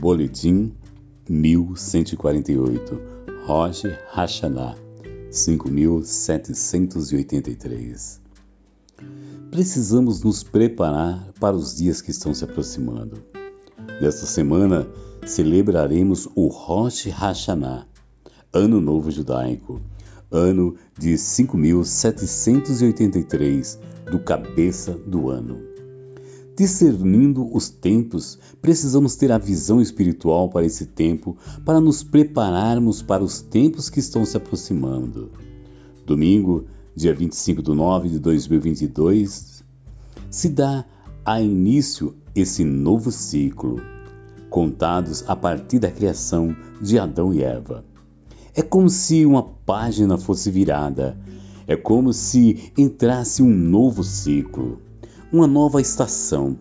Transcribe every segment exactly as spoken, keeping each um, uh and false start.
Boletim mil cento e quarenta e oito, Rosh Hashanah, cinco mil setecentos e oitenta e três. Precisamos nos preparar para os dias que estão se aproximando. Nesta semana, celebraremos o Rosh Hashanah, Ano Novo Judaico, ano de cinco mil setecentos e oitenta e três do cabeça do ano. Discernindo os tempos, precisamos ter a visão espiritual para esse tempo, para nos prepararmos para os tempos que estão se aproximando. Domingo, dia vinte e cinco de nove de dois mil e vinte e dois, se dá a início esse novo ciclo, contados a partir da criação de Adão e Eva. É como se uma página fosse virada, é como se entrasse um novo ciclo, uma nova estação.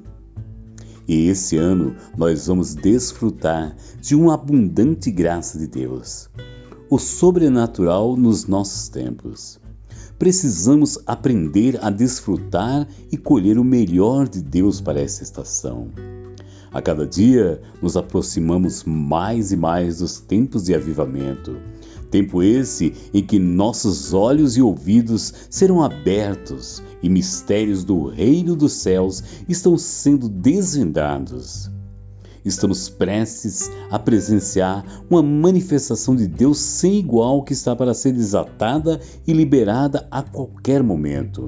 E esse ano nós vamos desfrutar de uma abundante graça de Deus, o sobrenatural nos nossos tempos. Precisamos aprender a desfrutar e colher o melhor de Deus para essa estação. A cada dia nos aproximamos mais e mais dos tempos de avivamento. Tempo esse em que nossos olhos e ouvidos serão abertos e mistérios do reino dos céus estão sendo desvendados. Estamos prestes a presenciar uma manifestação de Deus sem igual que está para ser desatada e liberada a qualquer momento.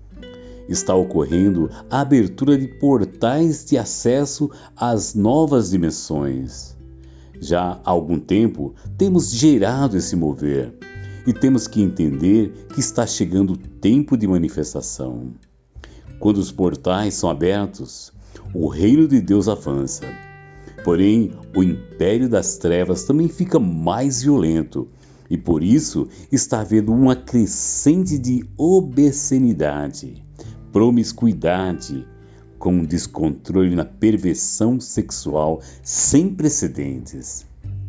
Está ocorrendo a abertura de portais de acesso às novas dimensões. Já há algum tempo temos gerado esse mover e temos que entender que está chegando o tempo de manifestação. Quando os portais são abertos, o reino de Deus avança. Porém, o império das trevas também fica mais violento e por isso está havendo uma crescente de obscenidade, promiscuidade, com um descontrole na perversão sexual sem precedentes.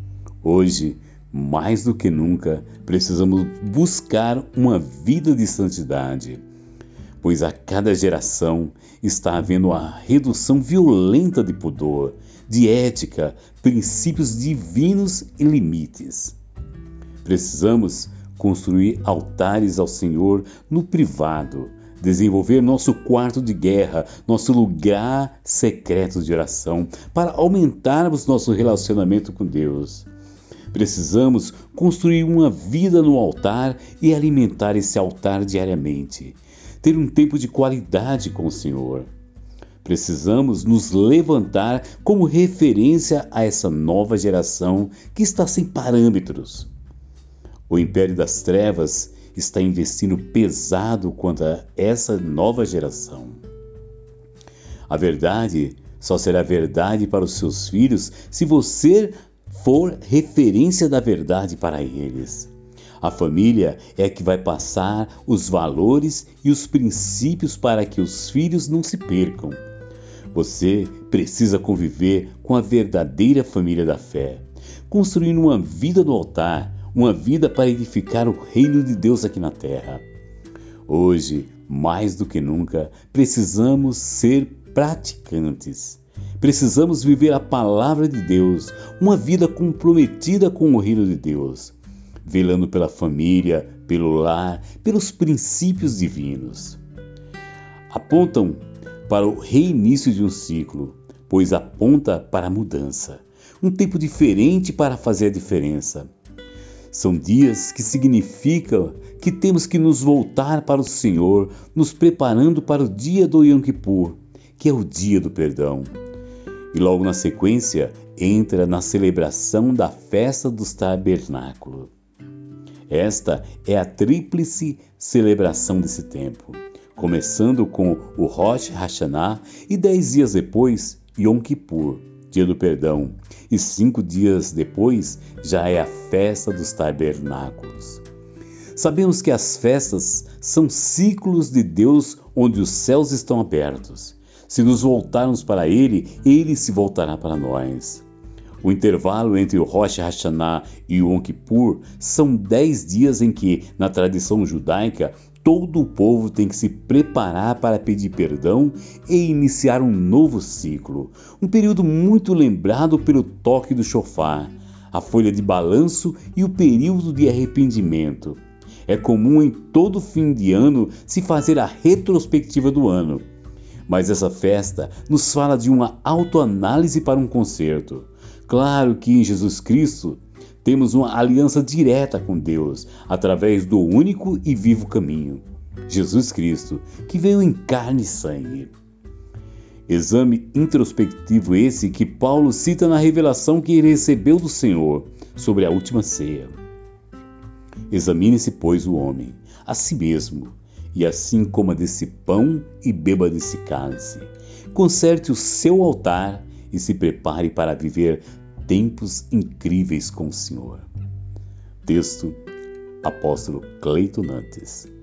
Hoje, mais do que nunca, precisamos buscar uma vida de santidade, pois a cada geração está havendo uma redução violenta de pudor, de ética, princípios divinos e limites. Precisamos construir altares ao Senhor no privado, desenvolver nosso quarto de guerra, nosso lugar secreto de oração, para aumentarmos nosso relacionamento com Deus. Precisamos construir uma vida no altar e alimentar esse altar diariamente. Ter um tempo de qualidade com o Senhor. Precisamos nos levantar como referência a essa nova geração que está sem parâmetros. O império das trevas está investindo pesado contra essa nova geração. A verdade só será verdade para os seus filhos se você for referência da verdade para eles. A família é a que vai passar os valores e os princípios para que os filhos não se percam. Você precisa conviver com a verdadeira família da fé, construindo uma vida no altar, uma vida para edificar o reino de Deus aqui na terra. Hoje, mais do que nunca, precisamos ser praticantes. Precisamos viver a palavra de Deus, uma vida comprometida com o reino de Deus, velando pela família, pelo lar, pelos princípios divinos. Apontam para o reinício de um ciclo, pois aponta para a mudança, um tempo diferente para fazer a diferença. São dias que significam que temos que nos voltar para o Senhor, nos preparando para o dia do Yom Kippur, que é o dia do perdão. E logo na sequência, entra na celebração da festa dos tabernáculos. Esta é a tríplice celebração desse tempo, começando com o Rosh Hashanah e dez dias depois, Yom Kippur, dia do perdão, e cinco dias depois já é a festa dos tabernáculos. Sabemos que as festas são ciclos de Deus onde os céus estão abertos. Se nos voltarmos para Ele, Ele se voltará para nós. O intervalo entre o Rosh Hashanah e o Yom Kippur são dez dias em que, na tradição judaica, todo o povo tem que se preparar para pedir perdão e iniciar um novo ciclo, um período muito lembrado pelo toque do chofar, a folha de balanço e o período de arrependimento. É comum em todo fim de ano se fazer a retrospectiva do ano, mas essa festa nos fala de uma autoanálise para um concerto. Claro que em Jesus Cristo temos uma aliança direta com Deus, através do único e vivo caminho, Jesus Cristo, que veio em carne e sangue. Exame introspectivo esse que Paulo cita na revelação que ele recebeu do Senhor sobre a última ceia. Examine-se, pois, o homem, a si mesmo, e assim coma desse pão e beba desse cálice. Conserte o seu altar e se prepare para viver tempos incríveis com o Senhor. Texto, Apóstolo Cleiton Nantes.